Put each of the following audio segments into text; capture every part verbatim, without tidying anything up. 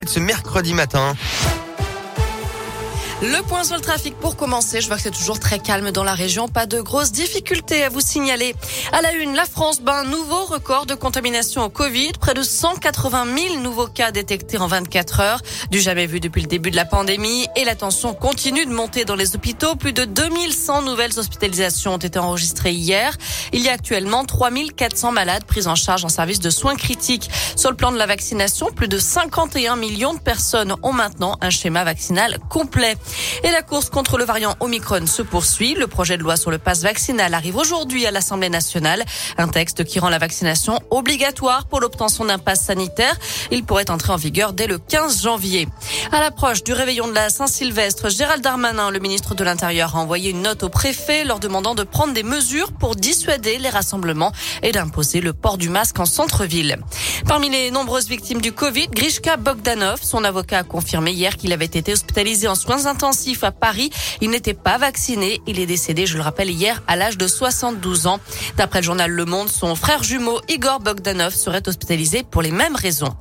Ce mercredi matin. Le point sur le trafic pour commencer. Je vois que c'est toujours très calme dans la région. Pas de grosses difficultés à vous signaler. À la une, la France bat un nouveau record de contamination au Covid. Près de cent quatre-vingt mille nouveaux cas détectés en vingt-quatre heures. Du jamais vu depuis le début de la pandémie. Et la tension continue de monter dans les hôpitaux. Plus de deux mille cent nouvelles hospitalisations ont été enregistrées hier. Il y a actuellement trois mille quatre cents malades pris en charge en service de soins critiques. Sur le plan de la vaccination, plus de cinquante et un millions de personnes ont maintenant un schéma vaccinal complet. Et la course contre le variant Omicron se poursuit. Le projet de loi sur le pass vaccinal arrive aujourd'hui à l'Assemblée nationale. Un texte qui rend la vaccination obligatoire pour l'obtention d'un pass sanitaire. Il pourrait entrer en vigueur dès le quinze janvier. À l'approche du réveillon de la Saint-Sylvestre, Gérald Darmanin, le ministre de l'Intérieur, a envoyé une note au préfet leur demandant de prendre des mesures pour dissuader les rassemblements et d'imposer le port du masque en centre-ville. Parmi les nombreuses victimes du Covid, Grishka Bogdanov, son avocat a confirmé hier qu'il avait été hospitalisé en soins intensifs à Paris. Il n'était pas vacciné. Il est décédé, je le rappelle, hier à l'âge de soixante-douze ans. D'après le journal Le Monde, son frère jumeau Igor Bogdanov serait hospitalisé pour les mêmes raisons.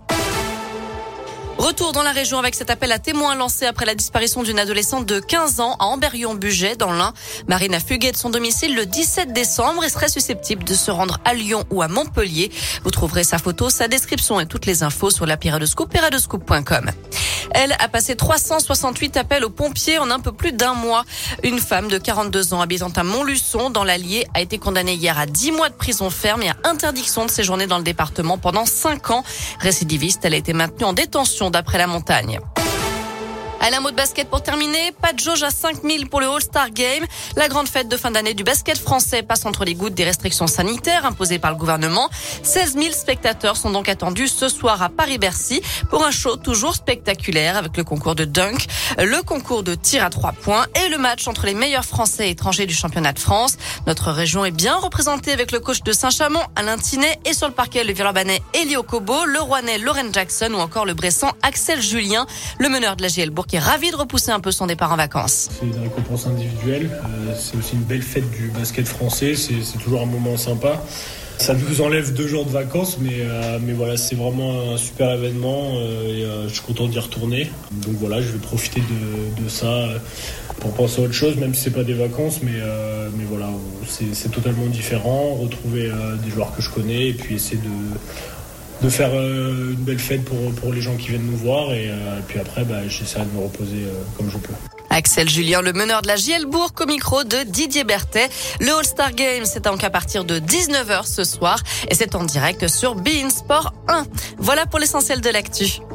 Retour dans la région avec cet appel à témoins lancé après la disparition d'une adolescente de quinze ans à Amberieu-en-Bugey dans l'Ain. Marine a fugué de son domicile le dix-sept décembre et serait susceptible de se rendre à Lyon ou à Montpellier. Vous trouverez sa photo, sa description et toutes les infos sur l'appli Radio Scoop et radioscoop point com. Elle a passé trois cent soixante-huit appels aux pompiers en un peu plus d'un mois. Une femme de quarante-deux ans habitant à Montluçon dans l'Allier a été condamnée hier à dix mois de prison ferme et à interdiction de séjourner dans le département pendant cinq ans. Récidiviste, elle a été maintenue en détention d'après la montagne. Allez, un mot de basket pour terminer. Pas de jauge à cinq mille pour le All-Star Game. La grande fête de fin d'année du basket français passe entre les gouttes des restrictions sanitaires imposées par le gouvernement. seize mille spectateurs sont donc attendus ce soir à Paris-Bercy pour un show toujours spectaculaire avec le concours de dunk, le concours de tir à trois points et le match entre les meilleurs Français et étrangers du championnat de France. Notre région est bien représentée avec le coach de Saint-Chamond, Alain Tinet, et sur le parquet, le Villeurbanais Elio Kobo, le Rouennais Lauren Jackson ou encore le Bressan Axel Julien, le meneur de la J L Bourg qui est ravi de repousser un peu son départ en vacances. C'est une récompense individuelle, euh, c'est aussi une belle fête du basket français, c'est, c'est toujours un moment sympa. Ça nous enlève deux jours de vacances, mais, euh, mais voilà, c'est vraiment un super événement euh, et euh, je suis content d'y retourner. Donc voilà, je vais profiter de, de ça euh, pour penser à autre chose, même si c'est pas des vacances, mais, euh, mais voilà, c'est, c'est totalement différent. Retrouver euh, des joueurs que je connais et puis essayer de... de faire euh, une belle fête pour, pour les gens qui viennent nous voir et, euh, et puis après bah, j'essaierai de me reposer euh, comme je peux. Axel Julien, le meneur de la J L Bourg, au micro de Didier Berthet. Le All-Star Game, c'est donc à partir de dix-neuf heures ce soir et c'est en direct sur beIN Sport un. Voilà pour l'essentiel de l'actu.